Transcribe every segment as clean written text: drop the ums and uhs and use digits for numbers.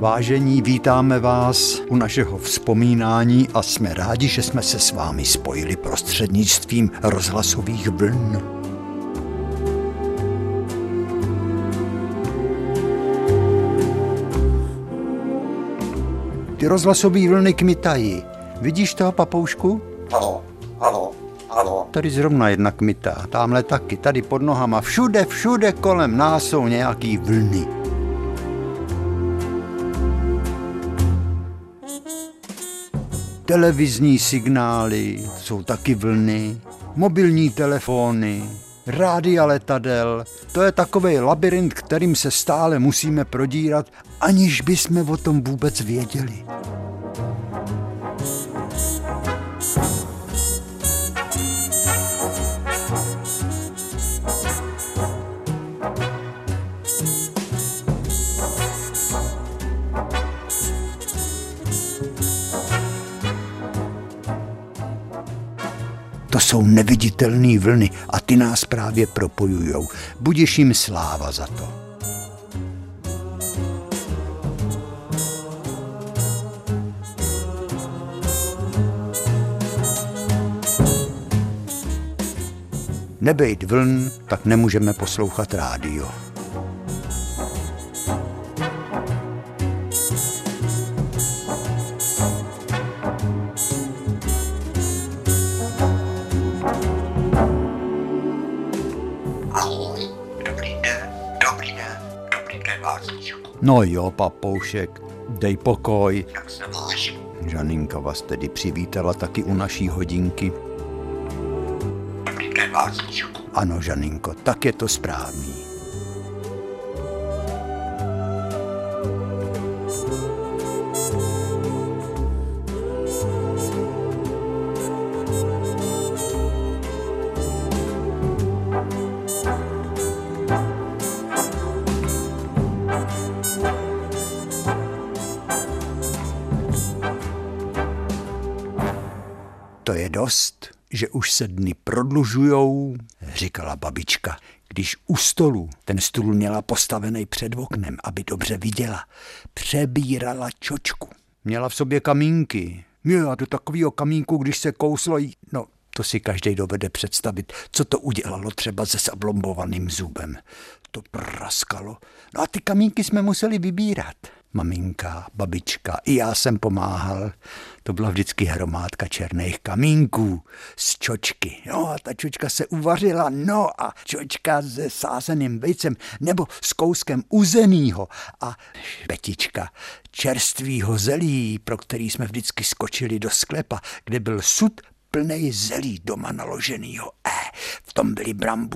Vážení, vítáme vás u našeho vzpomínání a jsme rádi, že jsme se s vámi spojili prostřednictvím rozhlasových vln. Ty rozhlasové vlny kmitají. Vidíš toho, papoušku? Halo. Tady zrovna jedna kmitá, tamhle taky, tady pod nohama, všude kolem nás jsou nějaký vlny. Televizní signály, jsou taky vlny, mobilní telefony, rádia letadel. To je takovej labyrint, kterým se stále musíme prodírat, aniž bychom o tom vůbec věděli. To jsou neviditelné vlny a ty nás právě propojujou. Budiš jim sláva za to. Nebejt vln, tak nemůžeme poslouchat rádio. No jo, papoušek, dej pokoj. Jak se máš? Žaninka vás tedy přivítala taky u naší hodinky. Dobrý den, Václíčku. Ano, Žaninko, tak je to správný. To je dost, že už se dny prodlužujou, říkala babička, když u stolu, ten stůl měla postavený před oknem, aby dobře viděla, přebírala čočku. Měla v sobě kamínky. A do takového kamínku, když se kouslo, no to si každý dovede představit, co to udělalo třeba se zablombovaným zubem. To praskalo. No a ty kamínky jsme museli vybírat. Maminka, babička, i já jsem pomáhal. To byla vždycky hromádka černých kamínků z čočky. No a ta čočka se uvařila, no a čočka se sázeným vejcem nebo s kouskem uzenýho a špetička čerstvýho zelí, pro který jsme vždycky skočili do sklepa, kde byl sud plnej zelí doma naloženýho. V tom byly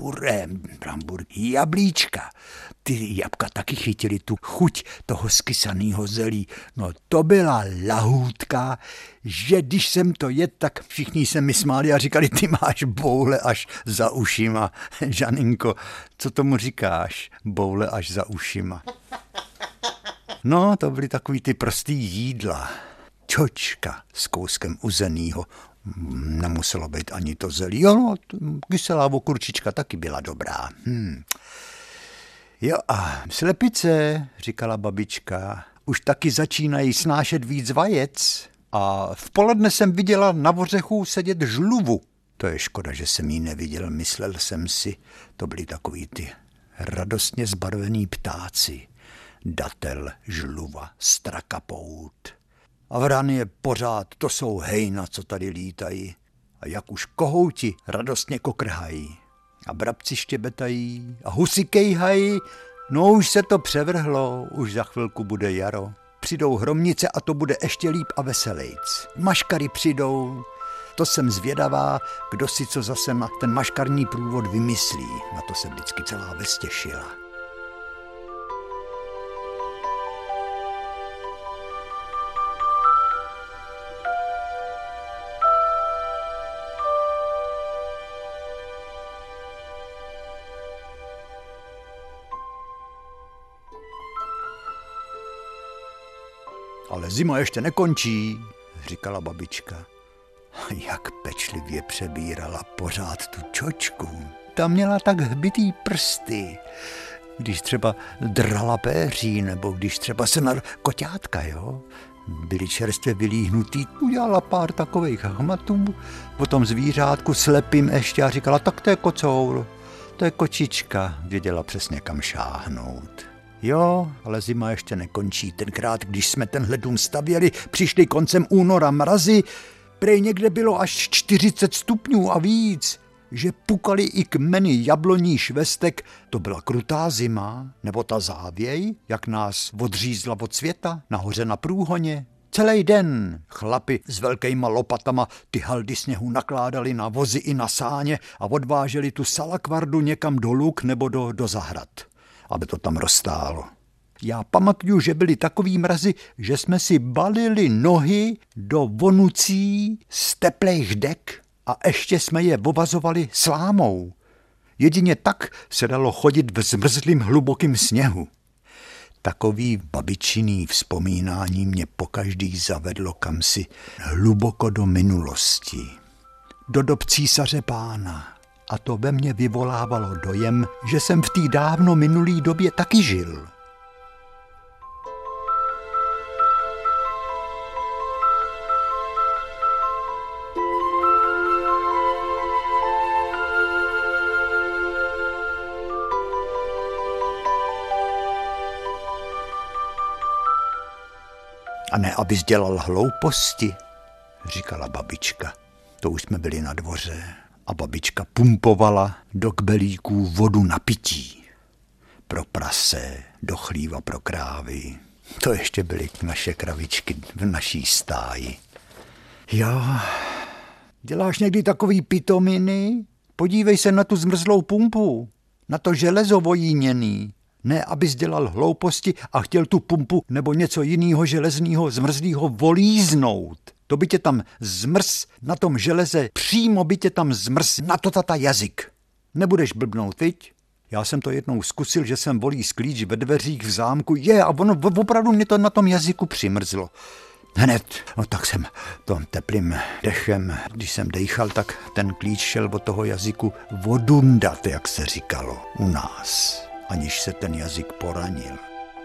jablíčka. Ty jabka taky chytili tu chuť toho skysanýho zelí. No to byla lahůdka, že když jsem to jedl, tak všichni se mi smáli a říkali, ty máš boule až za ušima. Žaninko, co tomu říkáš? Boule až za ušima. No, to byly takový ty prostý jídla. Čočka s kouskem uzenýho. Nemuselo být ani to zelí. Jo, no, kyselá okurčička taky byla dobrá. Jo a slepice, říkala babička, už taky začínají snášet víc vajec. A v poledne jsem viděla na vořechu sedět žluvu. To je škoda, že jsem jí neviděl, myslel jsem si. To byly takový ty radostně zbarvený ptáci. Datel, žluva, strakapout. A vran je pořád, to jsou hejna, co tady lítají. A jak už kohouti radostně kokrhají. A brabci štěbetají a husy kejhají. No už se to převrhlo, už za chvilku bude jaro. Přijdou hromnice a to bude ještě líp a veselejc. Maškary přijdou, to jsem zvědavá, kdo si co zase na ten maškarní průvod vymyslí. Na to se vždycky celá ves těšila. Ale zima ještě nekončí, říkala babička. A jak pečlivě přebírala pořád tu čočku. Ta měla tak hbitý prsty. když třeba drala péří, nebo když třeba se koťátka, jo, byli čerstvě vylíhnutý, udělala pár takových hmatů po tom zvířátku slepým ještě a říkala, tak to je kocour, to je kočička, věděla přesně kam šáhnout. Jo, ale zima ještě nekončí. Tenkrát, když jsme tenhle dům stavěli, přišli koncem února mrazy, prej někde bylo až 40 stupňů a víc, že pukali i kmeny jabloní švestek. To byla krutá zima, nebo ta závěj, jak nás odřízla od světa, nahoře na průhoně. Celý den chlapi s velkýma lopatama ty haldy sněhu nakládali na vozy i na sáně a odváželi tu salakvardu někam do luk nebo do zahrad, aby to tam roztálo. Já pamatuju, že byly takový mrazy, že jsme si balili nohy do vonucí z teplých dek a ještě jsme je obvazovali slámou. Jedině tak se dalo chodit v zmrzlým hlubokým sněhu. Takový babičiný vzpomínání mě pokaždý zavedlo kamsi hluboko do minulosti. Do dob císaře pána. A to ve mně vyvolávalo dojem, že jsem v té dávno minulý době taky žil. A ne, abys dělal hlouposti, říkala babička. To už jsme byli na dvoře a babička pumpovala do kbelíků vodu na pití. Pro prase, do chlíva pro krávy. To ještě byly naše kravičky v naší stáji. Jo, děláš někdy takový pitominy? Podívej se na tu zmrzlou pumpu, na to železo vojíněný. Ne, abys dělal hlouposti a chtěl tu pumpu nebo něco jiného železného zmrzlého volíznout. To by tě tam zmrz na tom železe, přímo by tě tam zmrz na to tata jazyk. Nebudeš blbnout, viď? Já jsem to jednou zkusil, že jsem volí sklíč ve dveřích v zámku. A ono opravdu mě to na tom jazyku přimrzlo. Hned, no tak jsem to teplým dechem, když jsem dejchal, tak ten klíč šel od toho jazyku vodundat, jak se říkalo u nás, aniž se ten jazyk poranil.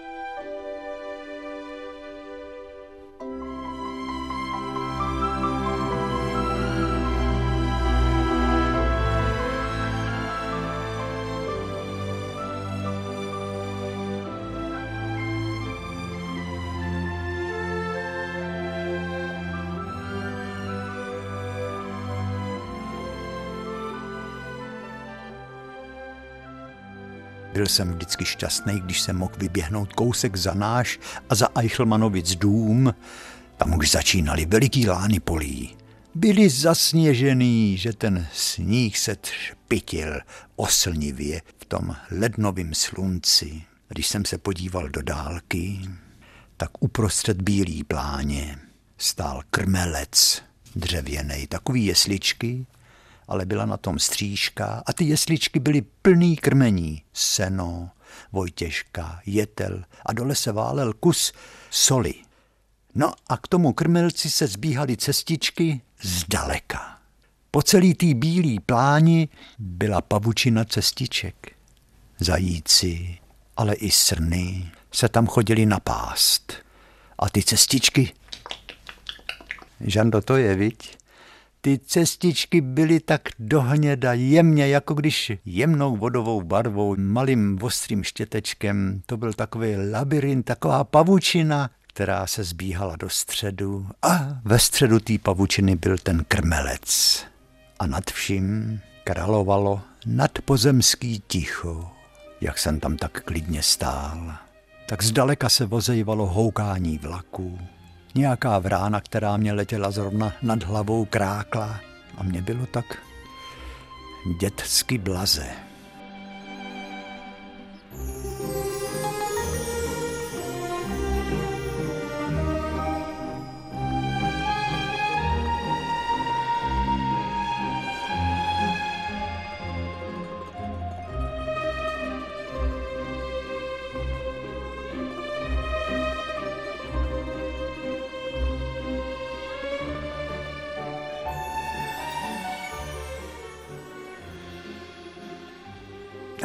Byl jsem vždycky šťastný, když jsem mohl vyběhnout kousek za náš a za Eichelmanovic dům. Tam už začínaly veliký lány polí. Byly zasněžený, že ten sníh se třpitil oslnivě v tom lednovém slunci. Když jsem se podíval do dálky, tak uprostřed bílý pláně stál krmelec dřevěnej, takový jesličky, ale byla na tom stříška a ty jesličky byly plný krmení. Seno, vojtěžka, jetel a dole se válel kus soli. No a k tomu krmelci se zbíhaly cestičky zdaleka. Po celý tý bílý pláni byla pavučina cestiček. Zajíci, ale i srny se tam chodili napást. A ty cestičky, Žando, to je, viď? Ty cestičky byly tak dohněda jemně, jako když jemnou vodovou barvou, malým ostrým štětečkem. To byl takový labyrint, taková pavučina, která se zbíhala do středu. A ve středu té pavučiny byl ten krmelec. A nad vším královalo nadpozemský ticho. Jak jsem tam tak klidně stál, tak zdaleka se vozejvalo houkání vlaku. Nějaká vrána, která mě letěla zrovna nad hlavou, krákla a mně bylo tak dětsky blaze.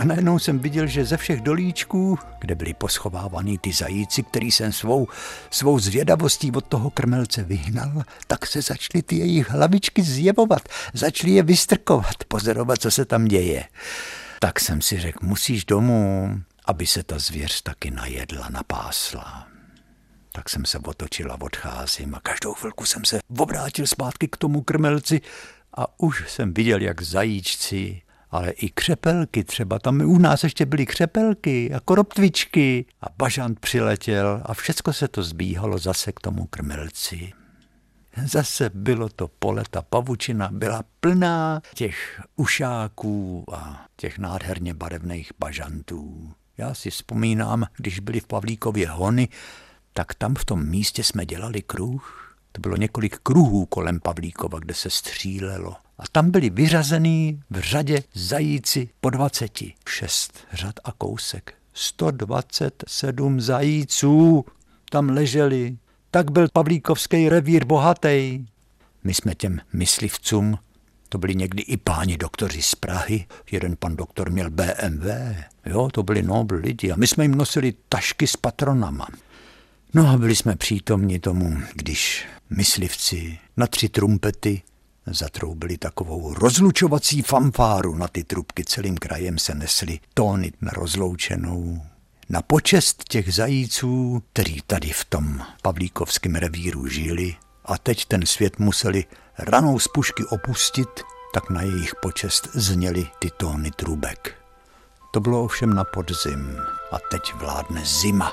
najednou jsem viděl, že ze všech dolíčků, kde byly poschovávaný ty zajíci, který jsem svou zvědavostí od toho krmelce vyhnal, tak se začaly ty jejich hlavičky zjevovat, začaly je vystrkovat, pozorovat, co se tam děje. Tak jsem si řekl, musíš domů, aby se ta zvěř taky najedla, napásla. Tak jsem se otočil a odcházím a každou chvilku jsem se obrátil zpátky k tomu krmelci a už jsem viděl, jak zajíčci, ale i křepelky třeba, tam u nás ještě byly křepelky a koroptvičky a bažant přiletěl a všecko se to zbíhalo zase k tomu krmelci. Zase bylo to pole, ta pavučina byla plná těch ušáků a těch nádherně barevných bažantů. Já si vzpomínám, když byly v Pavlíkově hony, tak tam v tom místě jsme dělali kruh. To bylo několik kruhů kolem Pavlíkova, kde se střílelo. A tam byli vyřazený v řadě zajíci po 20. 6 řad a kousek. 127 zajíců tam leželi. Tak byl pavlíkovský revír bohatý. My jsme těm myslivcům, to byli někdy i páni doktoři z Prahy, jeden pan doktor měl BMW, jo, to byli nobl lidi a my jsme jim nosili tašky s patronama. No a byli jsme přítomni tomu, když myslivci na 3 trumpety zatroubili takovou rozlučovací fanfáru na ty trubky, celým krajem se nesly tóny na rozloučenou. Na počest těch zajíců, který tady v tom pavlíkovském revíru žili a teď ten svět museli ranou z pušky opustit, tak na jejich počest zněly ty tóny trubek. To bylo ovšem na podzim a teď vládne zima.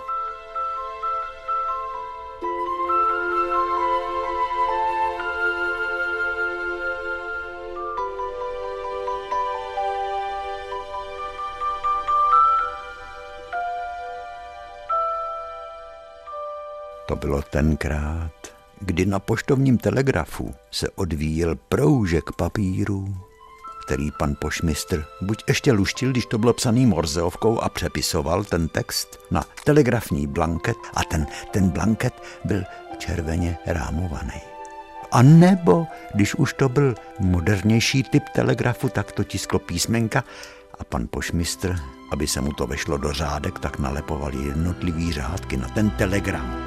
To bylo tenkrát, kdy na poštovním telegrafu se odvíjel proužek papíru, který pan pošmistr buď ještě luštil, když to bylo psaný morzeovkou a přepisoval ten text na telegrafní blanket a ten blanket byl červeně rámovaný. A nebo, když už to byl modernější typ telegrafu, tak to tisklo písmenka a pan pošmistr, aby se mu to vešlo do řádek, tak nalepoval jednotlivý řádky na ten telegram.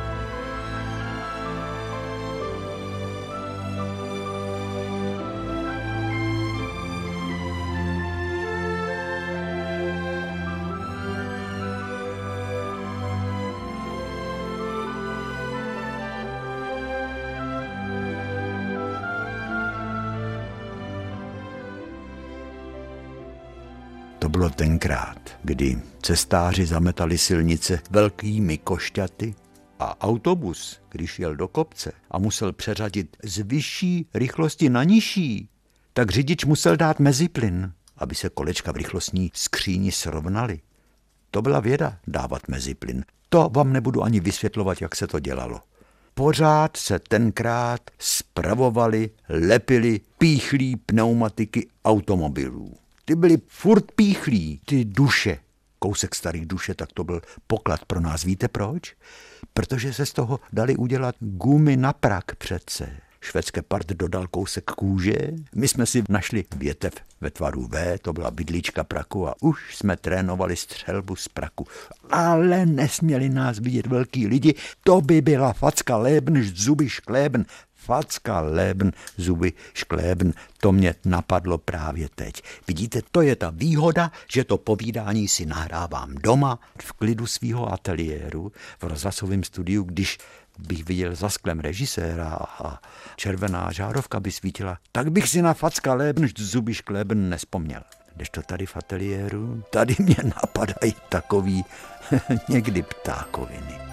To bylo tenkrát, kdy cestáři zametali silnice velkými košťaty a autobus, když jel do kopce a musel přeřadit z vyšší rychlosti na nižší, tak řidič musel dát meziplyn, aby se kolečka v rychlostní skříni srovnaly. To byla věda dávat meziplyn. To vám nebudu ani vysvětlovat, jak se to dělalo. Pořád se tenkrát spravovali, lepili píchlí pneumatiky automobilů. Ty byly furt píchlí, ty duše. Kousek starých duše, tak to byl poklad pro nás. Víte proč? Protože se z toho dali udělat gumy na prak přece. Švédské part dodal kousek kůže. My jsme si našli větev ve tvaru V, to byla bydlička praku a už jsme trénovali střelbu z praku. Ale nesměli nás vidět velký lidi, to by byla facka lébn, zuby šklébn. Facka lébn, zuby šklébn, to mě napadlo právě teď. Vidíte, to je ta výhoda, že to povídání si nahrávám doma, v klidu svého ateliéru, v rozhlasovém studiu, když bych viděl za sklem režiséra a červená žárovka by svítila, tak bych si na facka lébn, zuby šklébn nespomněl. Kdežto tady v ateliéru, tady mě napadají takový někdy ptákoviny.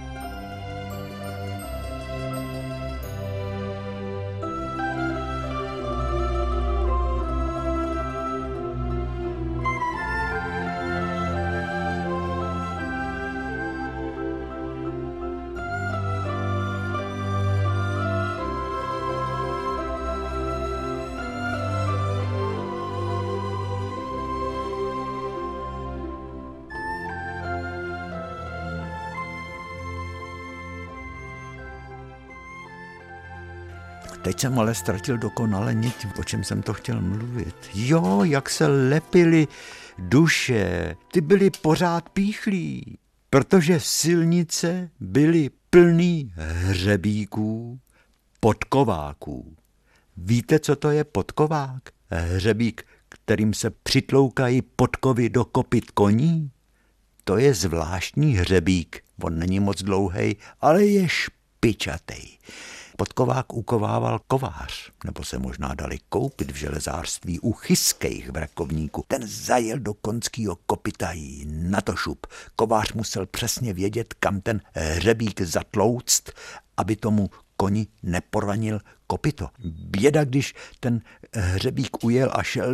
Teď jsem ale ztratil dokonale nit, o čem jsem to chtěl mluvit. Jo, jak se lepily duše, ty byly pořád píchlí, protože silnice byly plný hřebíků, podkováků. Víte, co to je podkovák? Hřebík, kterým se přitloukají podkovy do kopyt koní? To je zvláštní hřebík. On není moc dlouhej, ale je špičatej. Podkovák ukovával kovář, nebo se možná dali koupit v železářství u chyskejch vrakovníků. Ten zajel do konskýho kopyta jí na to šup. Kovář musel přesně vědět, kam ten hřebík zatlouct, aby tomu koni neporanil kopyto. Běda, když ten hřebík ujel a šel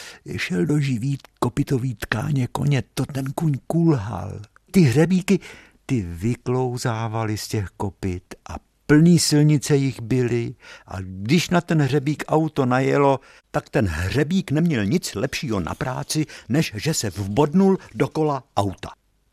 do živý kopytový tkáně koně, to ten kuň kulhal. Ty hřebíky, ty vyklouzávaly z těch kopyt a plný silnice jich byly a když na ten hřebík auto najelo, tak ten hřebík neměl nic lepšího na práci, než že se vbodnul do kola auta.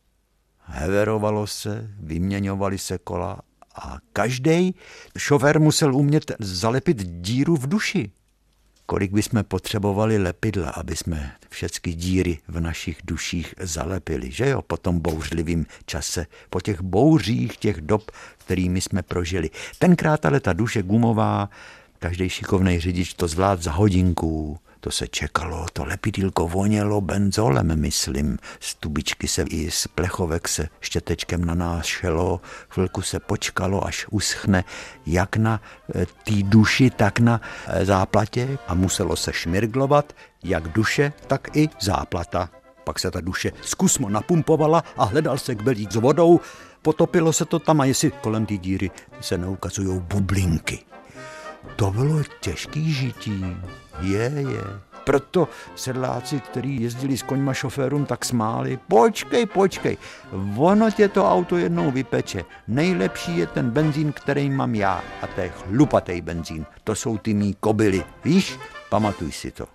Heverovalo se, vyměňovaly se kola a každý šofér musel umět zalepit díru v duši. Kolik bychom potřebovali lepidla, aby jsme všechny díry v našich duších zalepili, že jo, po tom bouřlivým čase, po těch bouřích těch dob, kterými jsme prožili. Tenkrát ale ta duše gumová, každý šikovnej řidič to zvlád za hodinku, to se čekalo, to lepidýlko vonělo benzolem, myslím. Z tubičky se i z plechovek se štětečkem na nás šelo, chvilku se počkalo, až uschne, jak na té duši, tak na záplatě a muselo se šmirglovat, jak duše, tak i záplata. Pak se ta duše zkusmo napumpovala a hledal se kbelík s vodou, potopilo se to tam a jestli kolem té díry se neukazujou bublinky. To bylo těžký žití, je. Proto sedláci, kteří jezdili s koňma šoférům, tak smáli. Počkej, ono tě to auto jednou vypeče. Nejlepší je ten benzín, který mám já. A to je chlupatej benzín. To jsou ty mý kobily. Víš, pamatuj si to.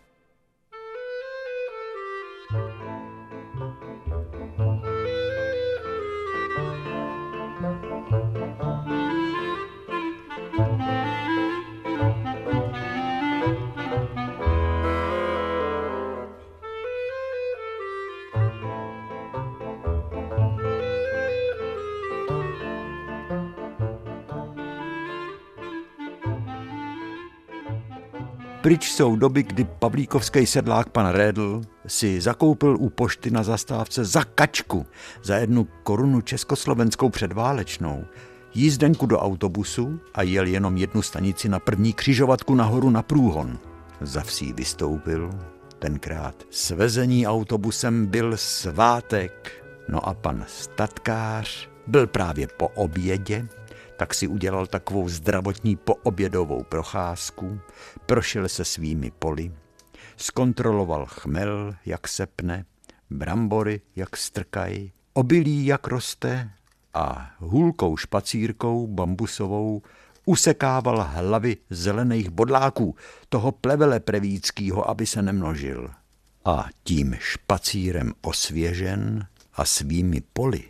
Pryč jsou doby, kdy pavlíkovský sedlák pan Rédl si zakoupil u pošty na zastávce za kačku, za 1 korunu československou předválečnou, jízdenku do autobusu a jel jenom 1 stanici na první křižovatku nahoru na průhon. Za vsí vystoupil, tenkrát svezení autobusem byl svátek. No a pan statkář byl právě po obědě, tak si udělal takovou zdravotní poobědovou procházku, prošel se svými poli, zkontroloval chmel, jak se pne, brambory, jak strkají, obilí, jak roste a hůlkou špacírkou bambusovou usekával hlavy zelených bodláků, toho plevele prevíckýho, aby se nemnožil. A tím špacírem osvěžen a svými poli,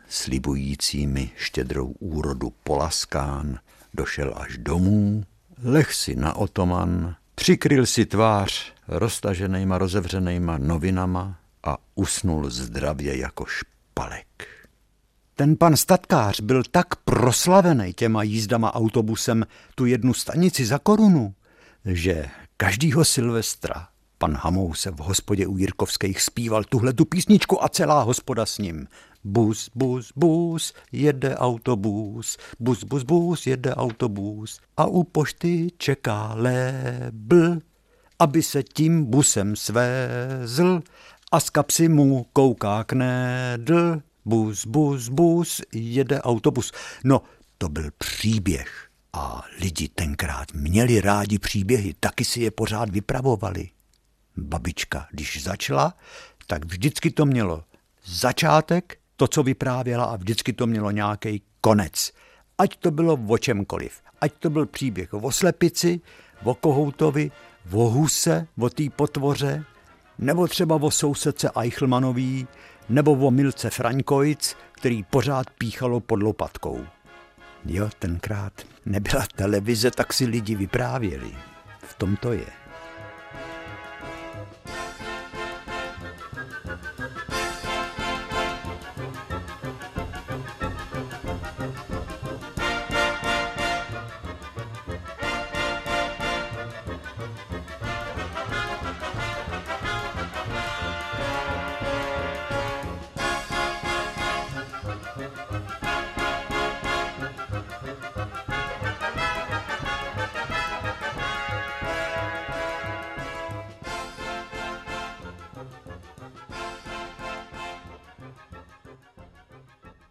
slibujícími štědrou úrodu polaskán, došel až domů, leh si na otoman, přikryl si tvář roztaženejma, rozevřenejma novinama a usnul zdravě jako špalek. Ten pan statkář byl tak proslavený těma jízdama autobusem tu 1 stanici za korunu, že každýho Silvestra pan Hamou se v hospodě u Jirkovských zpíval tuhletu písničku a celá hospoda s ním. Bus, bus, bus, jede autobus, bus, bus, bus, jede autobus a u pošty čeká lébl, aby se tím busem svézl a z kapsy mu kouká knedl. Bus, bus, bus, jede autobus. No, to byl příběh a lidi tenkrát měli rádi příběhy, taky si je pořád vypravovali. Babička, když začala, tak vždycky to mělo začátek, to, co vyprávěla, a vždycky to mělo nějaký konec. Ať to bylo o čemkoliv. Ať to byl příběh o slepici, o kohoutovi, o huse, o té potvoře, nebo třeba o sousedce Eichelmanový, nebo o Milce Fraňkojc, který pořád píchalo pod lopatkou. Jo, tenkrát nebyla televize, tak si lidi vyprávěli. V tom to je.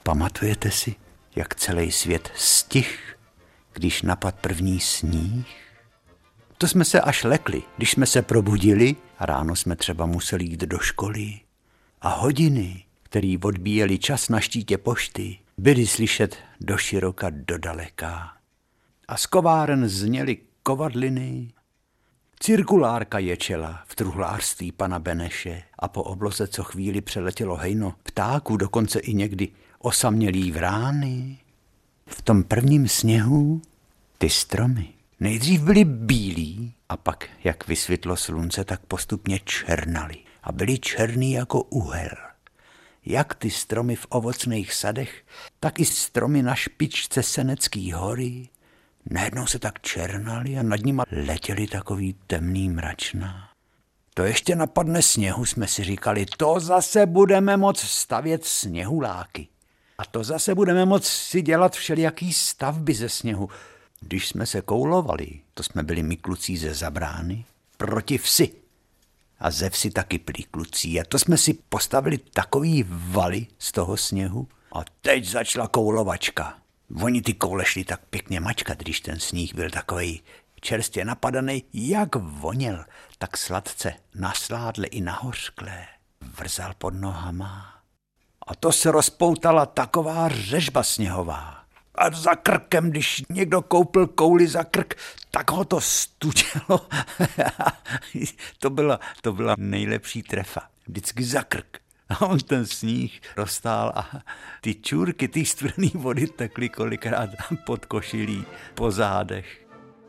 pamatujete si, jak celý svět stih, když napadl první sníh? To jsme se až lekli, když jsme se probudili a ráno jsme třeba museli jít do školy. A hodiny, které odbíjely čas na štítě pošty, byly slyšet do široka, do daleka. A z kováren zněly kovadliny. Cirkulárka ječela v truhlářství pana Beneše a po obloze co chvíli přeletělo hejno ptáků, dokonce i někdy osamělý vrány. V tom prvním sněhu ty stromy nejdřív byly bílí a pak, jak vysvětlo slunce, tak postupně černaly a byly černý jako uhel. Jak ty stromy v ovocných sadech, tak i stromy na špičce Senecký hory. Najednou se tak černaly a nad nima letěly takový temný mračna. To ještě napadne sněhu, jsme si říkali, to zase budeme moc stavět sněhuláky. A to zase budeme moc si dělat všelijaký stavby ze sněhu. Když jsme se koulovali, to jsme byli my kluci ze Zabrány, proti vsi. A ze vsi taky byli kluci. A to jsme si postavili takový valy z toho sněhu. A teď začala koulovačka. Oni ty koule šli tak pěkně mačkat, když ten sníh byl takovej čerstvě napadaný, jak voněl, tak sladce nasládle i nahořklé. Vrzal pod nohama. A to se rozpoutala taková řežba sněhová. A za krkem, když někdo koupil kouli za krk, tak ho to studělo. to byla nejlepší trefa. Vždycky za krk. A on ten sníh roztál a ty čůrky, ty studený vody tekly kolikrát pod košilí, po zádech.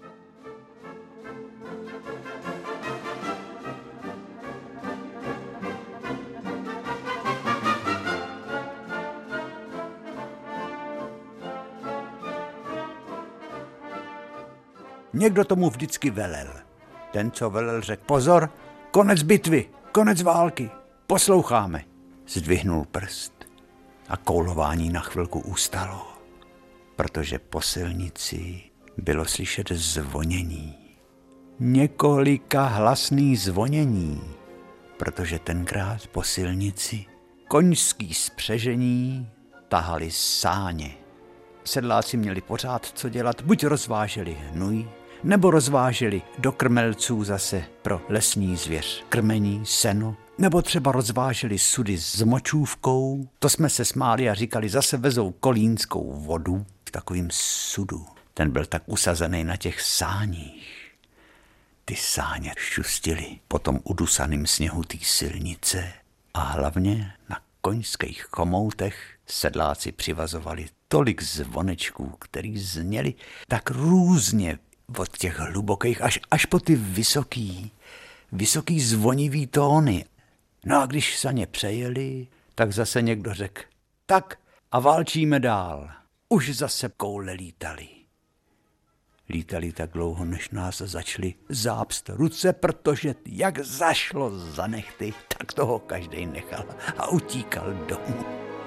Někdo tomu vždycky velel. Ten, co velel, řekl pozor, konec bitvy, konec války, posloucháme. Zdvihnul prst a koulování na chvilku ustalo, protože po silnici bylo slyšet zvonění. Několika hlasný zvonění, protože tenkrát po silnici koňský spřežení tahali sáně. Sedláci měli pořád co dělat, buď rozváželi hnůj, nebo rozváželi do krmelců zase pro lesní zvěř krmení, seno, nebo třeba rozváželi sudy s močůvkou. To jsme se smáli a říkali, zase vezou kolínskou vodu v takovým sudu. Ten byl tak usazený na těch sáních. Ty sáně šustily po tom udusaným sněhu té silnice a hlavně na koňských chomoutech sedláci přivazovali tolik zvonečků, který zněly tak různě od těch hlubokých až po ty vysoký zvonivý tóny. No a když se ně přejeli, tak zase někdo řekl, tak a válčíme dál. Už zase koule lítaly. Lítali tak dlouho, než nás začali zápst ruce, protože jak zašlo za nechty, tak toho každej nechal a utíkal domů.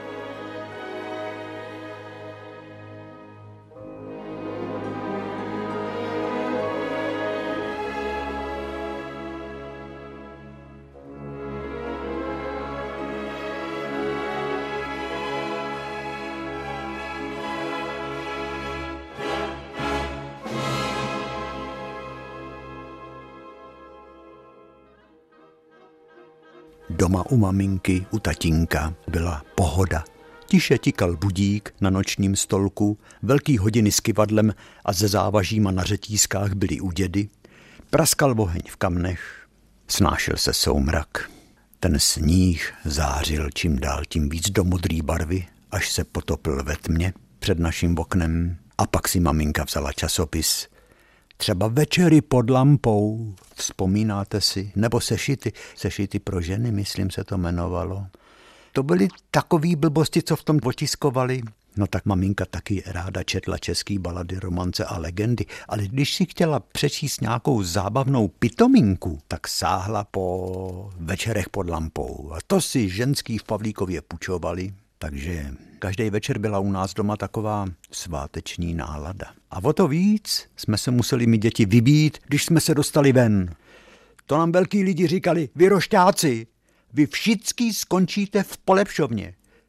Doma u maminky, u tatínka byla pohoda. Tiše tikal budík na nočním stolku, velký hodiny s kyvadlem a ze závažíma na řetízkách byly u dědy. Praskal oheň v kamnech, snášel se soumrak. Ten sníh zářil čím dál tím víc do modrý barvy, až se potopil ve tmě před naším oknem. A pak si maminka vzala časopis. Třeba Večery pod lampou, vzpomínáte si, nebo sešity pro ženy, myslím se to jmenovalo. To byly takový blbosti, co v tom otiskovali. No tak maminka taky ráda četla český balady, romance a legendy, ale když si chtěla přečíst nějakou zábavnou pitominku, tak sáhla po Večerech pod lampou. A to si ženský v Pavlíkově půjčovali, takže každý večer byla u nás doma taková sváteční nálada. A o to víc jsme se museli my děti vybít, když jsme se dostali ven. To nám velký lidi říkali, vy rošťáci, vy všichni skončíte v polepšovně.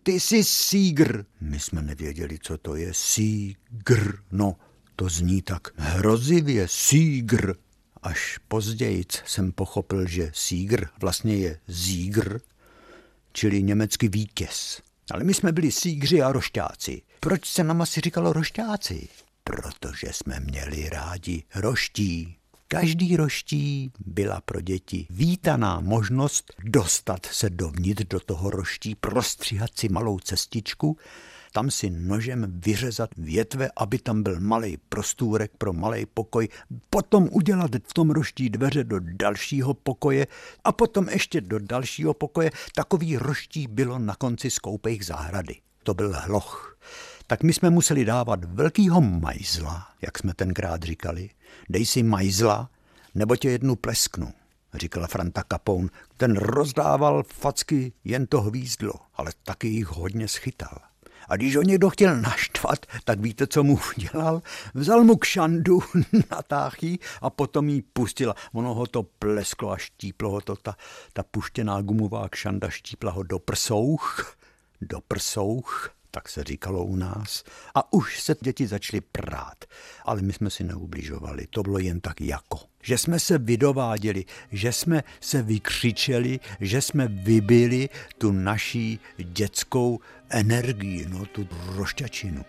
ty jsi sígr. My jsme nevěděli, co to je sígr. No, to zní tak hrozivě, sígr. Až později jsem pochopil, že sígr vlastně je zígr, čili německý vítěz. Ale my jsme byli sígři a rošťáci. Proč se nám asi říkalo rošťáci? Protože jsme měli rádi roští. Každý roští byla pro děti vítaná možnost dostat se dovnitř do toho roští, prostříhat si malou cestičku, tam si nožem vyřezat větve, aby tam byl malej prostůrek pro malej pokoj, potom udělat v tom roští dveře do dalšího pokoje a potom ještě do dalšího pokoje. Takový roští bylo na konci skoupejch zahrady. To byl hloch. Tak my jsme museli dávat velkýho majzla, jak jsme tenkrát říkali. Dej si majzla, nebo tě jednu plesknu, říkala Franta Kapoun. Ten rozdával facky jen to hvízdlo, ale taky jich hodně schytal. A když ho někdo chtěl naštvat, tak víte, co mu udělal? Vzal mu kšandu, natáhl ji a potom ji pustil. Ono ho to plesklo a štíplo ho to, ta puštěná gumová kšanda štípla ho do prsouch, tak se říkalo u nás. A už se děti začaly prát, ale my jsme si neubližovali, to bylo jen tak jako. Že jsme se vydováděli, že jsme se vykřičeli, že jsme vybili tu naší dětskou energii, no tu rošťačinu.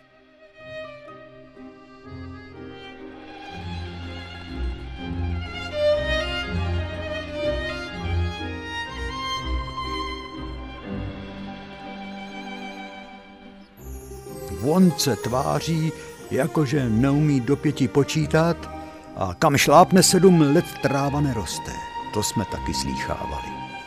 On se tváří, jakože neumí do 5 počítat a kam šlápne 7 let tráva neroste. To jsme taky slýchávali.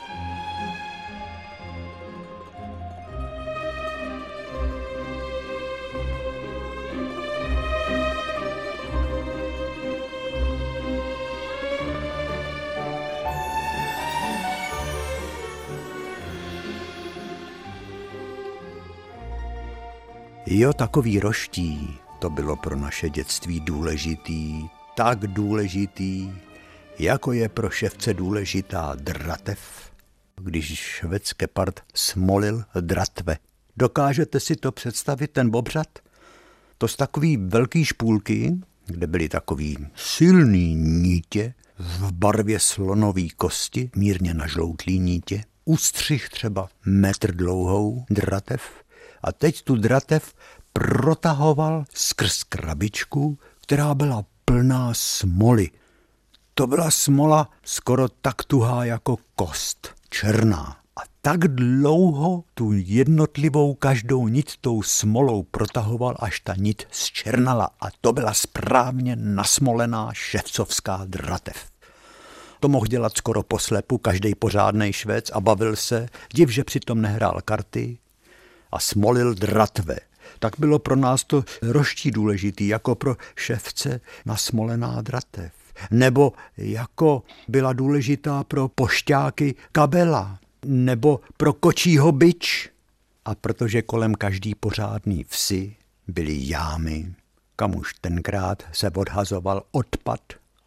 Jo, takový roští, to bylo pro naše dětství důležitý, tak důležitý, jako je pro ševce důležitá dratev, když švec-gepard smolil dratve. Dokážete si to představit, ten obřad? To z takový velký špůlky, kde byly takový silný nítě, v barvě slonový kosti, mírně nažloutlý nítě, ústřih třeba metr dlouhou dratev, a teď tu dratev protahoval skrz krabičku, která byla plná smoly. To byla smola skoro tak tuhá jako kost, černá. A tak dlouho tu jednotlivou každou nit tou smolou protahoval, až ta nit zčernala. A to byla správně nasmolená ševcovská dratev. To mohl dělat skoro poslepu každej pořádnej Švéd a bavil se, div, že přitom nehrál karty, a smolil dratve. Tak bylo pro nás to roští důležitý, jako pro ševce nasmolená dratev. Nebo jako byla důležitá pro pošťáky kabela. Nebo pro kočího bič. A protože kolem každý pořádný vsi byly jámy, kam už tenkrát se odhazoval odpad,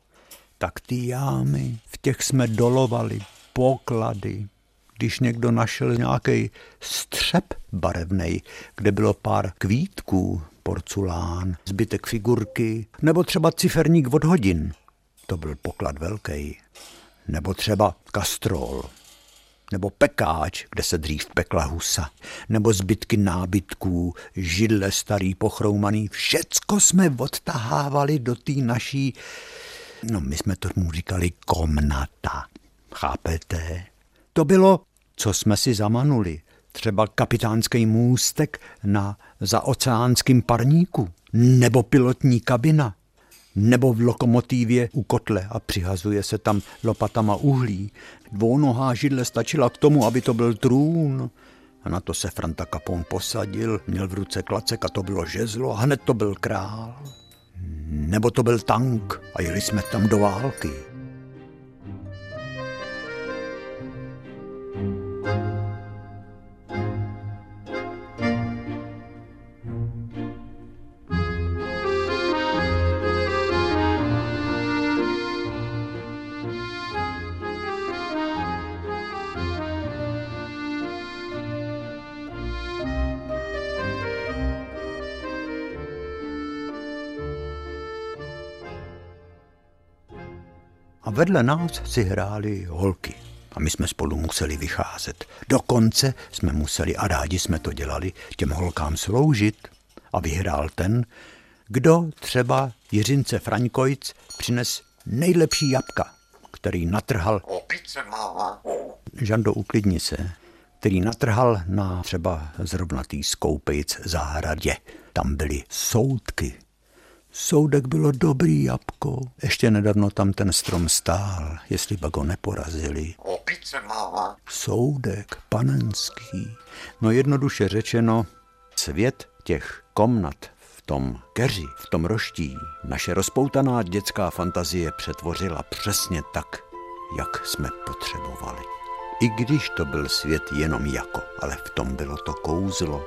tak ty jámy, v těch jsme dolovali poklady. Když někdo našel nějaký střep barevnej, kde bylo pár kvítků, porculán, zbytek figurky, nebo třeba ciferník od hodin, to byl poklad velký, nebo třeba kastrol, nebo pekáč, kde se dřív pekla husa, nebo zbytky nábytků, židle starý, pochroumaný, všecko jsme odtahávali do té naší, no my jsme tomu říkali komnata, chápete? To bylo, co jsme si zamanuli, třeba kapitánský můstek na zaoceánským parníku, nebo pilotní kabina, nebo v lokomotivě u kotle a přihazuje se tam lopatama uhlí. Dvounohá židle stačila k tomu, aby to byl trůn. A na to se Franta Kapoun posadil, měl v ruce klacek a to bylo žezlo a hned to byl král. Nebo to byl tank a jeli jsme tam do války. A vedle nás si hrály holky. A my jsme spolu museli vycházet. Dokonce jsme museli, a rádi jsme to dělali, těm holkám sloužit. A vyhrál ten, kdo třeba Jiřince Fraňkojc přines nejlepší jabka, který natrhal... Opice máma. Žando, uklidni se. Který natrhal na třeba zrovna tý Skoupejc zahradě. Tam byly soudky. Soudek bylo dobrý jabko. Ještě nedávno tam ten strom stál, jestli pak ho neporazili. Opice máma. Soudek panenský. No jednoduše řečeno, svět těch komnat v tom keři, v tom roští, naše rozpoutaná dětská fantazie přetvořila přesně tak, jak jsme potřebovali. I když to byl svět jenom jako, ale v tom bylo to kouzlo.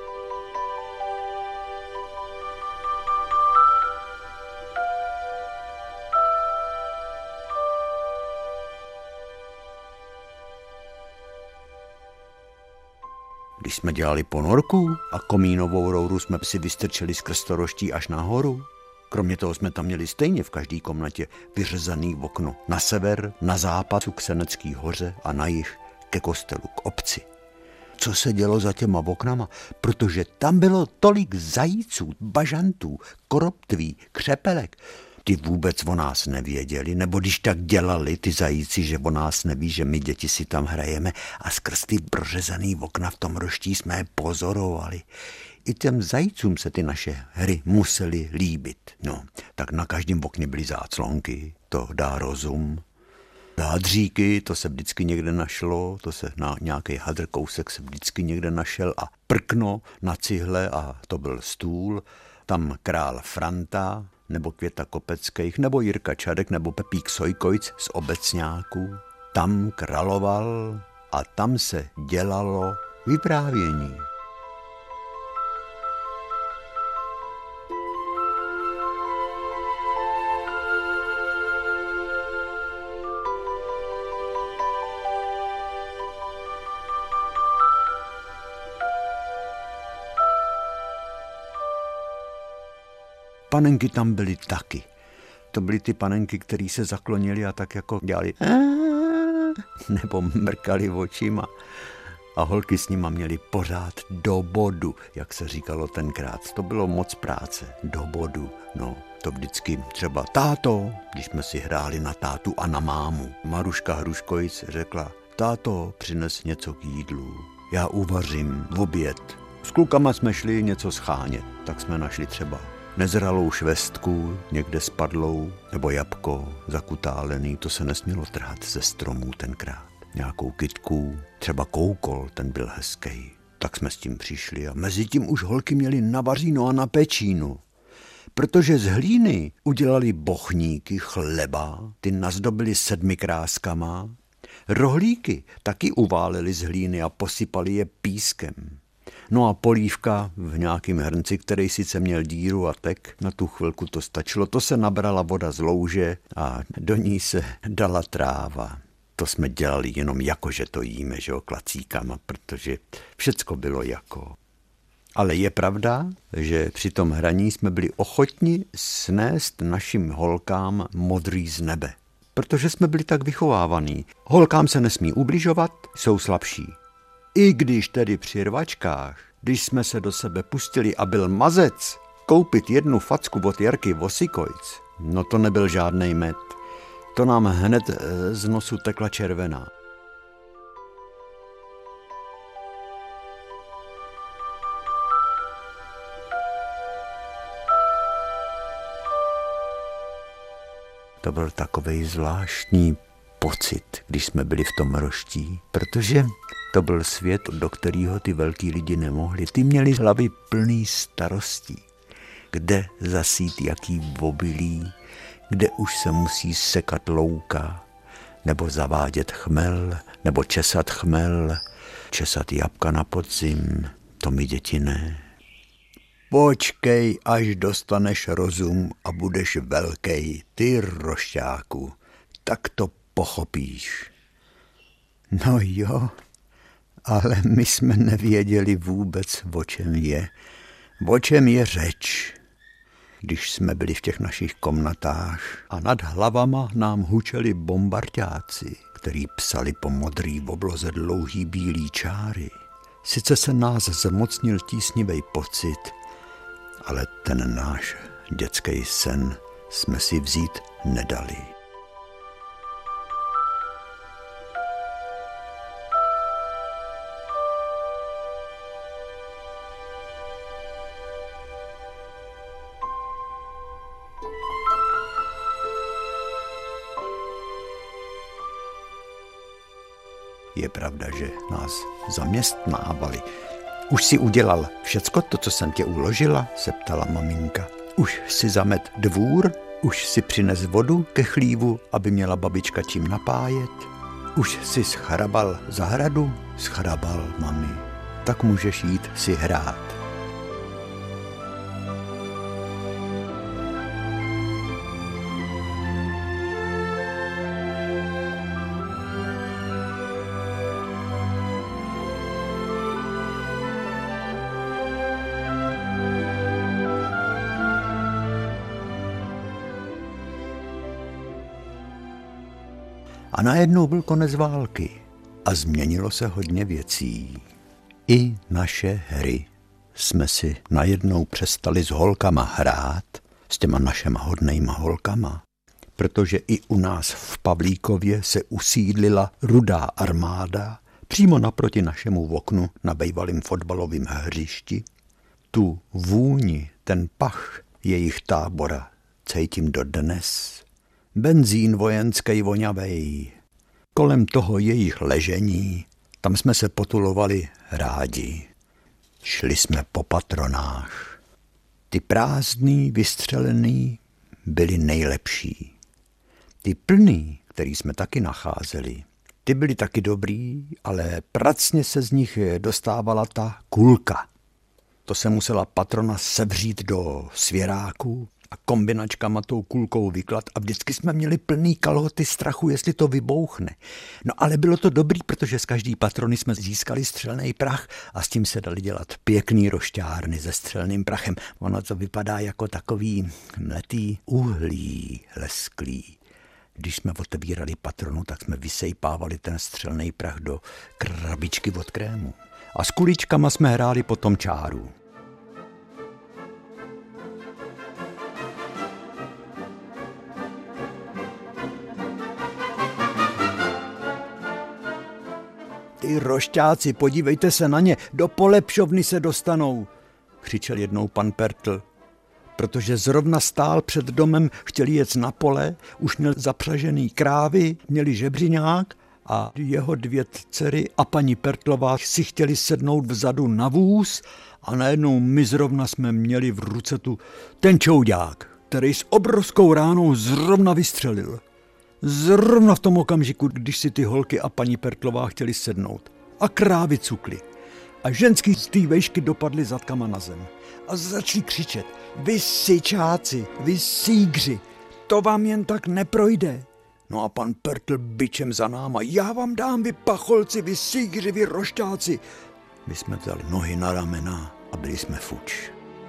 Když jsme dělali ponorku a komínovou rouru jsme si vystrčili skrz to roští až nahoru. Kromě toho jsme tam měli stejně v každé komnatě vyřezaný okno na sever, na západ k Senecký hoře a na jih ke kostelu, k obci. Co se dělo za těma oknama? Protože tam bylo tolik zajíců, bažantů, koroptví, křepelek. Ty vůbec o nás nevěděli, nebo když tak dělali ty zajíci, že o nás neví, že my děti si tam hrajeme a skrz ty prořezaný okna v tom roští jsme je pozorovali. I těm zajícům se ty naše hry musely líbit. No, tak na každém okně byly záclonky, to dá rozum. Hádříky, to se vždycky někde našlo, to se na nějaký hadr kousek se vždycky někde našel a prkno na cihle a to byl stůl. Tam král Franta, nebo Květa Kopeckých, nebo Jirka Čadek, nebo Pepík Sojkojc z Obecňáků. Tam královal a tam se dělalo vyprávění. Panenky tam byly taky. To byly ty panenky, které se zaklonily a tak jako dělali nebo mrkali očima. A holky s nima měly pořád do bodu, jak se říkalo tenkrát. To bylo moc práce, do bodu. No, to vždycky třeba táto, když jsme si hráli na tátu a na mámu. Maruška Hruškojc řekla, táto, přines něco k jídlu. Já uvařím v oběd. S klukama jsme šli něco schánět, tak jsme našli třeba nezralou švestku, někde spadlou, nebo jabko zakutálený, to se nesmělo trhat ze stromů tenkrát. Nějakou kytku, třeba koukol, ten byl hezký. Tak jsme s tím přišli a mezi tím už holky měly na vaříno a na pečínu. Protože z hlíny udělali bochníky, chleba, ty nazdobili 7 kráskama. Rohlíky taky uválili z hlíny a posypali je pískem. No a polívka v nějakým hrnci, který sice měl díru a tek, na tu chvilku to stačilo, to se nabrala voda z louže a do ní se dala tráva. To jsme dělali jenom jako, že to jíme, že jo, klacíkama, protože všecko bylo jako. Ale je pravda, že při tom hraní jsme byli ochotni snést našim holkám modrý z nebe. Protože jsme byli tak vychovávaní. Holkám se nesmí ubližovat, jsou slabší. I když tedy při rvačkách, když jsme se do sebe pustili a byl mazec, koupit 1 facku od Jarky Vosikojc, no to nebyl žádnej med. To nám hned z nosu tekla červená. To byl takovej zvláštní pocit, když jsme byli v tom roští, protože to byl svět, do kterého ty velký lidi nemohli. Ty měli hlavy plný starostí. Kde zasít jaký obilí, kde už se musí sekat louka, nebo zavádět chmel, nebo česat chmel, česat jabka na podzim. To my děti ne. Počkej, až dostaneš rozum a budeš velkej, ty rošťáku, tak to pochopíš. No jo, ale my jsme nevěděli vůbec, o čem je řeč. když jsme byli v těch našich komnatách a nad hlavama nám hučeli bombardáci, který psali po modrý obloze dlouhý bílý čáry. Sice se nás zmocnil tísnivý pocit, ale ten náš dětský sen jsme si vzít nedali. Je pravda, že nás zaměstnávali. Už si udělal všecko to, co jsem tě uložila? Se ptala maminka. Už si zamet dvůr? Už si přines vodu ke chlívu, aby měla babička čím napájet? Už si schrabal zahradu? Schrabal, mami. Tak můžeš jít si hrát. A najednou byl konec války a změnilo se hodně věcí. I naše hry jsme si najednou přestali s holkama hrát, s těma našema hodnejma holkama, protože i u nás v Pavlíkově se usídlila Rudá armáda přímo naproti našemu oknu na bývalým fotbalovým hřišti. Tu vůni, ten pach jejich tábora cítím dodnes. Benzín vojenský voňavej. Kolem toho jejich ležení, tam jsme se potulovali rádi. Šli jsme po patronách. Ty prázdný, vystřelený byli nejlepší. Ty plný, který jsme taky nacházeli, ty byli taky dobrý, ale pracně se z nich dostávala ta kulka. To se musela patrona sevřít do svěráku a kombinačkama tou kulkou vyklat a vždycky jsme měli plný kalhoty strachu, jestli to vybouchne. No ale bylo to dobrý, protože z každý patrony jsme získali střelný prach a s tím se dali dělat pěkný rošťárny se střelným prachem. Ono to vypadá jako takový mletý uhlí lesklý. Když jsme otevírali patronu, tak jsme vysejpávali ten střelný prach do krabičky od krému. A s kuličkama jsme hráli potom čáru. Ty rošťáci, podívejte se na ně, do polepšovny se dostanou, křičel jednou pan Pertl. Protože zrovna stál před domem, chtěli jet na pole, už měl zapřažený krávy, měli žebřiňák a jeho 2 dcery a paní Pertlová si chtěli sednout vzadu na vůz a najednou my zrovna jsme měli v ruce ten čouďák, který s obrovskou ránou zrovna vystřelil. Zrovna v tom okamžiku, když si ty holky a paní Pertlová chtěli sednout. A krávy cukly. A ženský z té vejšky dopadly zadkama na zem. A začali křičet: vy syčáci, vy sígři, to vám jen tak neprojde. No a pan Pertl bičem za náma: já vám dám, vy pacholci, vy sígři, vy rošťáci. My jsme vzali nohy na ramena a byli jsme fuč.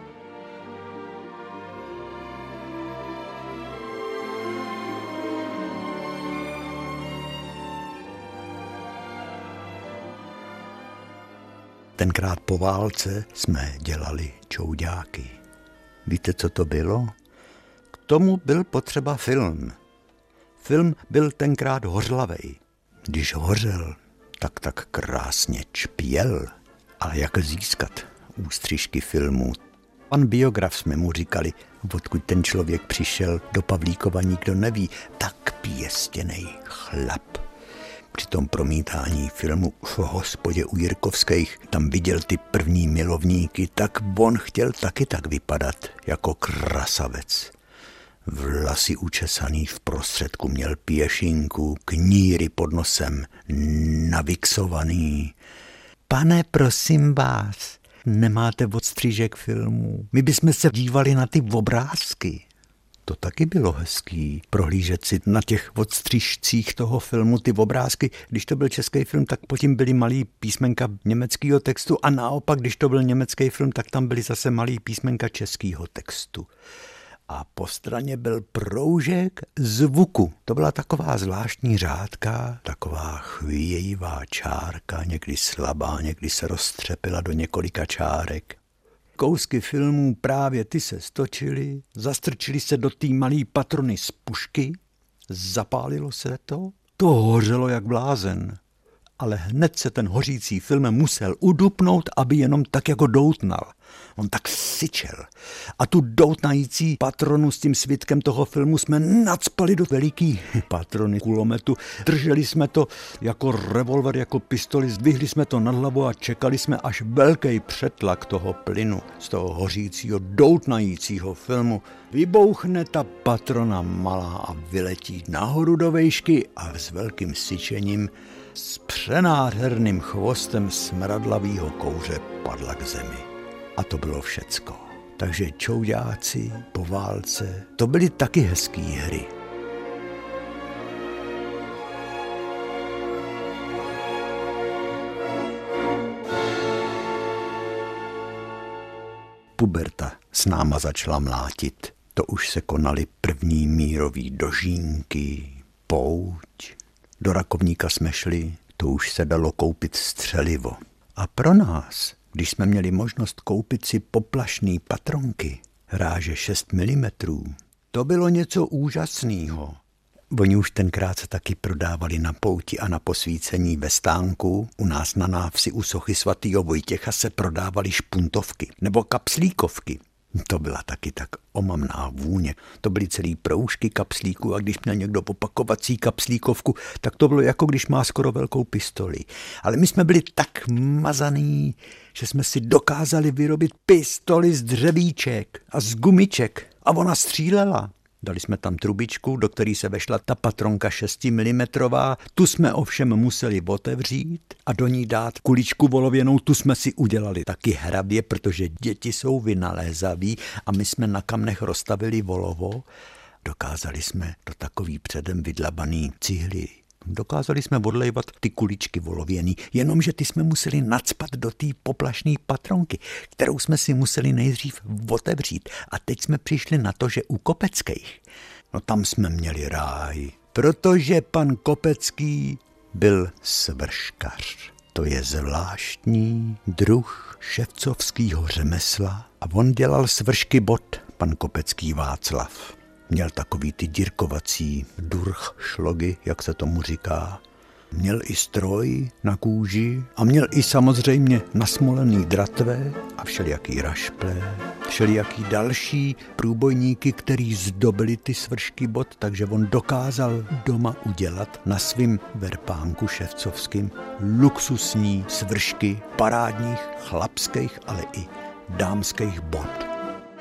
Tenkrát po válce jsme dělali čouďáky. Víte, co to bylo? K tomu byl potřeba film. Film byl tenkrát hořlavej. Když hořel, tak krásně čpěl. Ale jak získat ústřižky filmů? Pan biograf jsme mu říkali, odkud ten člověk přišel do Pavlíkova, nikdo neví. Tak pěstěnej chlap. Při tom promítání filmu v hospodě u Jirkovských tam viděl ty první milovníky, tak on chtěl taky tak vypadat jako krasavec. Vlasy učesaný v prostředku, měl pěšinku, kníry pod nosem, navixovaný. Pane, prosím vás, nemáte odstřížek filmů? My bychom se dívali na ty obrázky. To taky bylo hezký, prohlížet si na těch odstřižcích toho filmu ty obrázky. Když to byl český film, tak pod tím byly malý písmenka německého textu a naopak, když to byl německý film, tak tam byly zase malý písmenka českého textu. a po straně byl proužek zvuku. To byla taková zvláštní řádka, taková chvějivá čárka, někdy slabá, někdy se roztřepila do několika čárek. Kousky filmů právě ty se stočily, zastrčily se do té malé patrony z pušky, zapálilo se to hořelo jak blázen. Ale hned se ten hořící film musel udupnout, aby jenom tak jako doutnal. On tak syčel. A tu doutnající patronu s tím svitkem toho filmu jsme nacpali do veliký patrony kulometu. Drželi jsme to jako revolver, jako pistoli, zdvihli jsme to nad hlavu a čekali jsme, až velký přetlak toho plynu z toho hořícího, doutnajícího filmu vybouchne ta patrona malá a vyletí nahoru do vejšky a s velkým syčením s přenádherným chvostem smradlavýho kouře padla k zemi. A to bylo všecko. Takže čouďáci po válce, to byly taky hezký hry. Puberta s náma začala mlátit. To už se konaly první mírový dožínky, pouť. Do Rakovníka jsme šli, to už se dalo koupit střelivo. A pro nás, když jsme měli možnost koupit si poplašný patronky, ráže 6 mm, to bylo něco úžasného. Oni už tenkrát se taky prodávali na pouti a na posvícení ve stánku. U nás na návsi u sochy svatýho Vojtěcha se prodávaly špuntovky nebo kapslíkovky. To byla taky tak omamná vůně. To byly celý proužky kapslíků a když měl někdo opakovací kapslíkovku, tak to bylo jako když má skoro velkou pistoli. Ale my jsme byli tak mazaný, že jsme si dokázali vyrobit pistoli z dřevíček a z gumiček a ona střílela. Dali jsme tam trubičku, do které se vešla ta patronka 6 mm, tu jsme ovšem museli otevřít a do ní dát kuličku volověnou, tu jsme si udělali taky hrabě, protože děti jsou vynalézaví a my jsme na kamnech rozstavili volovo. Dokázali jsme do takový předem vydlabaný cihly. Dokázali jsme odlejvat ty kuličky volověný, jenomže ty jsme museli nacpat do té poplašné patronky, kterou jsme si museli nejdřív otevřít. A teď jsme přišli na to, že u Kopeckých, no tam jsme měli ráj, protože pan Kopecký byl svrškař. To je zvláštní druh ševcovského řemesla a on dělal svršky bot, pan Kopecký Václav. Měl takový ty dírkovací šlogy, jak se tomu říká. Měl i stroj na kůži a měl i samozřejmě nasmolený dratve a všelijaký rašple, všelijaký další průbojníky, který zdobili ty svršky bot, takže on dokázal doma udělat na svým verpánku ševcovským luxusní svršky parádních chlapských, ale i dámských bot.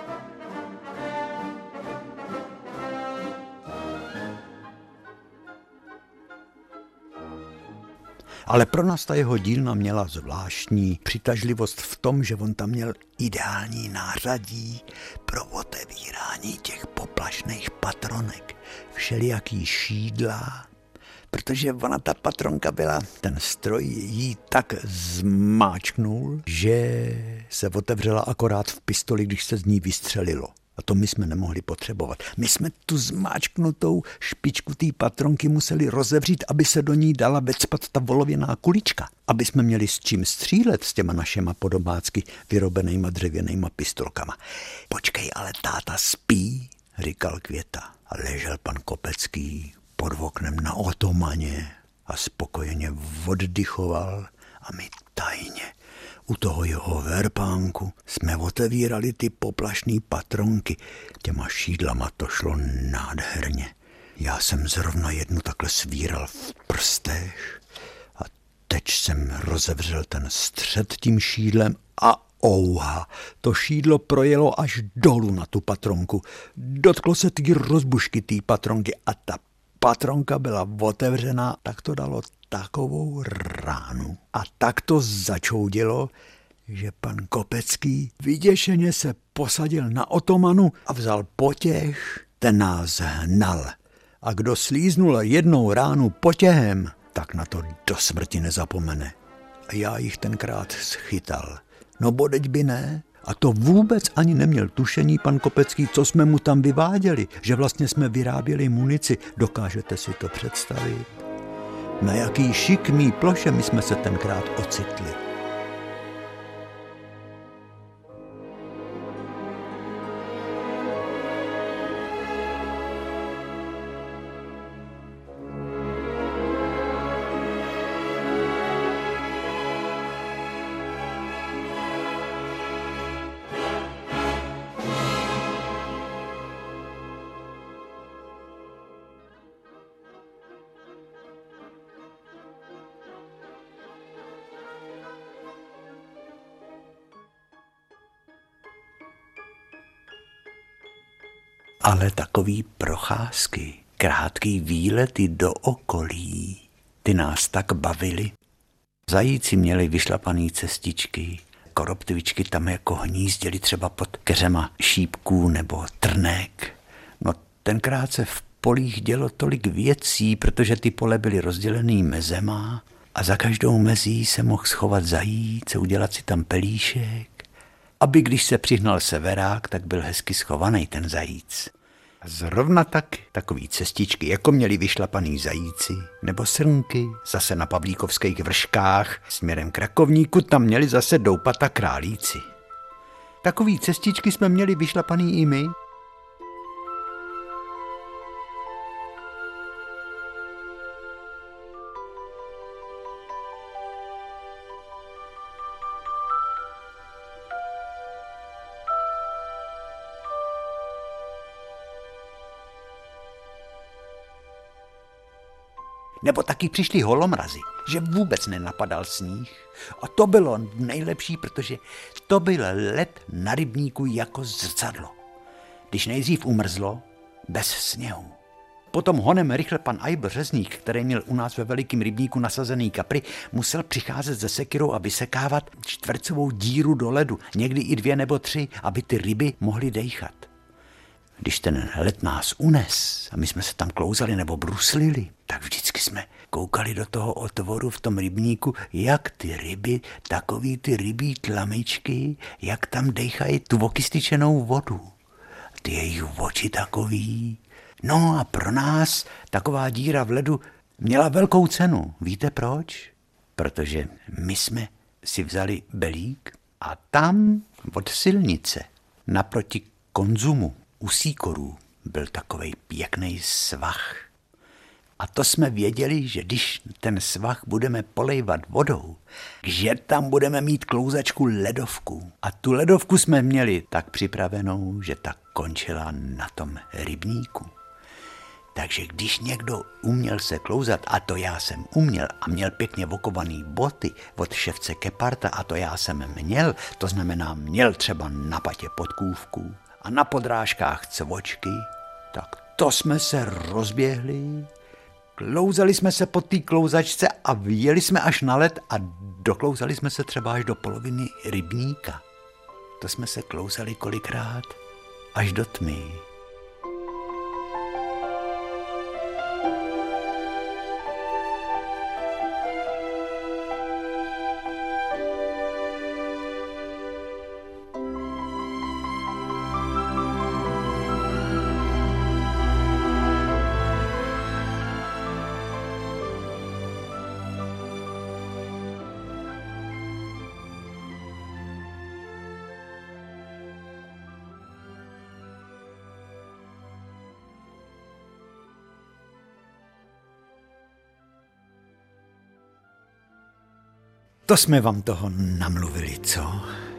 Ale pro nás ta jeho dílna měla zvláštní přitažlivost v tom, že on tam měl ideální nářadí pro otevírání těch poplašných patronek. Všelijaký šídla, protože ona ta patronka byla, ten stroj jí tak zmáčknul, že se otevřela akorát v pistoli, když se z ní vystřelilo. A to my jsme nemohli potřebovat. My jsme tu zmáčknutou špičku té patronky museli rozevřít, aby se do ní dala vecpat ta volověná kulička. Aby jsme měli s čím střílet s těma našima podomácky vyrobenýma dřevěnýma pistolkama. Počkej, ale táta spí, říkal Květa. A ležel pan Kopecký pod oknem na otomaně a spokojeně oddychoval a my tajně u toho jeho verpánku jsme otevírali ty poplašný patronky. Těma šídlama to šlo nádherně. Já jsem zrovna jednu takhle svíral v prstech a teď jsem rozevřel ten střed tím šídlem a ouha, to šídlo projelo až dolů na tu patronku. Dotklo se ty rozbušky té patronky a ta patronka byla otevřená, tak to dalo takovou ránu. A tak to začoudilo, že pan Kopecký vyděšeně se posadil na otomanu a vzal potěh, ten nás hnal. A kdo slíznul jednou ránu potěhem, tak na to do smrti nezapomene. A já jich tenkrát schytal. No bodeď by ne, A to vůbec ani neměl tušení pan Kopecký, co jsme mu tam vyváděli, že vlastně jsme vyráběli munici. Dokážete si to představit? Na jaký šikmý ploše my jsme se tenkrát ocitli. Ale takový procházky, krátký výlety do okolí, ty nás tak bavily. Zajíci měli vyšlapaný cestičky, koroptvičky tam jako hnízděli třeba pod keřema šípků nebo trnek. No tenkrát se v polích dělo tolik věcí, protože ty pole byly rozdělený mezema a za každou mezí se mohl schovat zajíc, udělat si tam pelíšek, aby když se přihnal severák, tak byl hezky schovaný ten zajíc. A zrovna tak takový cestičky, jako měli vyšlapaný zajíci, nebo srnky, zase na Pavlíkovských vrškách, směrem k Rakovníku, tam měli zase doupata králíci. Takový cestičky jsme měli vyšlapaný i my. Nebo taky přišli holomrazy, že vůbec nenapadal sníh. A to bylo nejlepší, protože to byl led na rybníku jako zrcadlo. Když nejdřív umrzlo, bez sněhu. Potom honem rychle pan Eibl Řezník, který měl u nás ve velikém rybníku nasazený kapry, musel přicházet se sekyrou a vysekávat čtvercovou díru do ledu, někdy i 2 nebo 3, aby ty ryby mohly dejchat. Když ten led nás unes a my jsme se tam klouzali nebo bruslili, tak vždycky jsme koukali do toho otvoru v tom rybníku, jak ty ryby, takový ty rybí tlamičky, jak tam dejchají tu okystičenou vodu. Ty jejich oči takový. No a pro nás taková díra v ledu měla velkou cenu. Víte proč? Protože my jsme si vzali Belík a tam od silnice naproti Konzumu u Síkorů byl takovej pěkný svah. A to jsme věděli, že když ten svah budeme polejvat vodou, že tam budeme mít klouzačku ledovku. A tu ledovku jsme měli tak připravenou, že ta končila na tom rybníku. Takže když někdo uměl se klouzat, a to já jsem uměl, a měl pěkně okovaný boty od ševce Keparta, a to já jsem měl, to znamená měl třeba na patě podkůvku a na podrážkách cvočky, tak to jsme se rozběhli, klouzali jsme se po té klouzačce a vyjeli jsme až na led a doklouzali jsme se třeba až do poloviny rybníka. To jsme se klouzali kolikrát až do tmy. To jsme vám toho namluvili, co?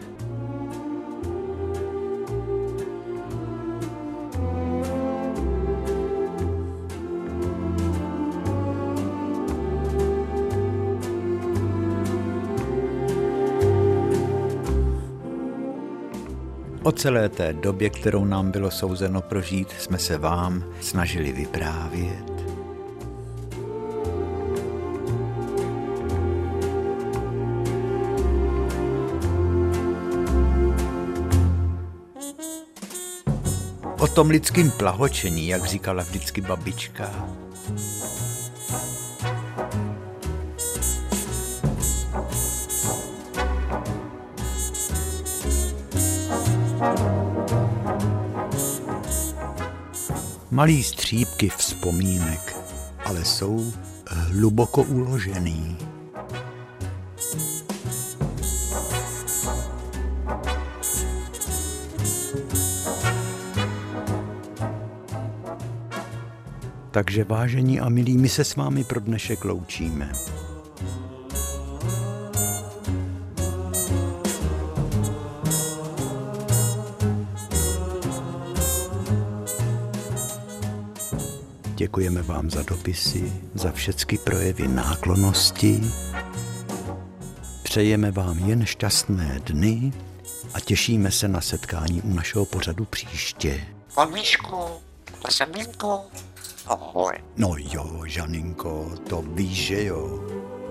O celé té době, kterou nám bylo souzeno prožít, jsme se vám snažili vyprávět. O tom lidským plahočení, jak říkala vždycky babička. Malý střípky vzpomínek, ale jsou hluboko uložený. Takže vážení a milí, my se s vámi pro dnešek loučíme. Děkujeme vám za dopisy, za všechny projevy náklonnosti. Přejeme vám jen šťastné dny a těšíme se na setkání u našeho pořadu příště. Pan Míšku, Semínko, ahoj. No jo, Žaninko, to víš, že jo.